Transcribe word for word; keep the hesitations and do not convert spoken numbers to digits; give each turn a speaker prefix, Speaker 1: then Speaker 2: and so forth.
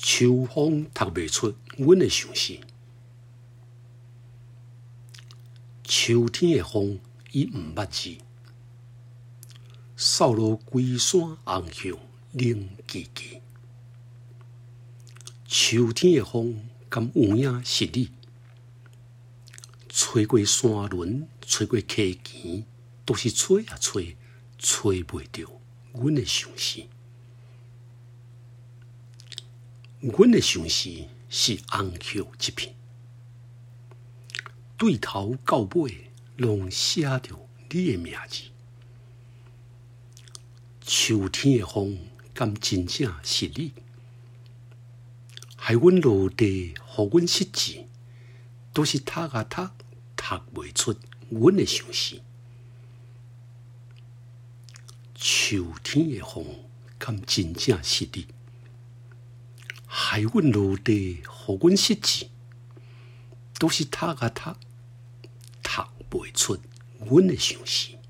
Speaker 1: 秋风读袂出阮的相思，秋天的风伊毋捌字，扫落规山红叶冷寂寂。秋天的风敢有影是你，吹过山峦，吹过溪墘，都是吹啊吹，吹袂着阮的相思。阮的相思是红叶一片，对头到尾拢写着你的名字。秋天的风敢真正是你，害阮落地，互阮识字，都是读啊读，读袂出阮的相思。秋天的风敢真正是你，害阮落地，互阮识字，都是读啊读，读袂出阮的相思。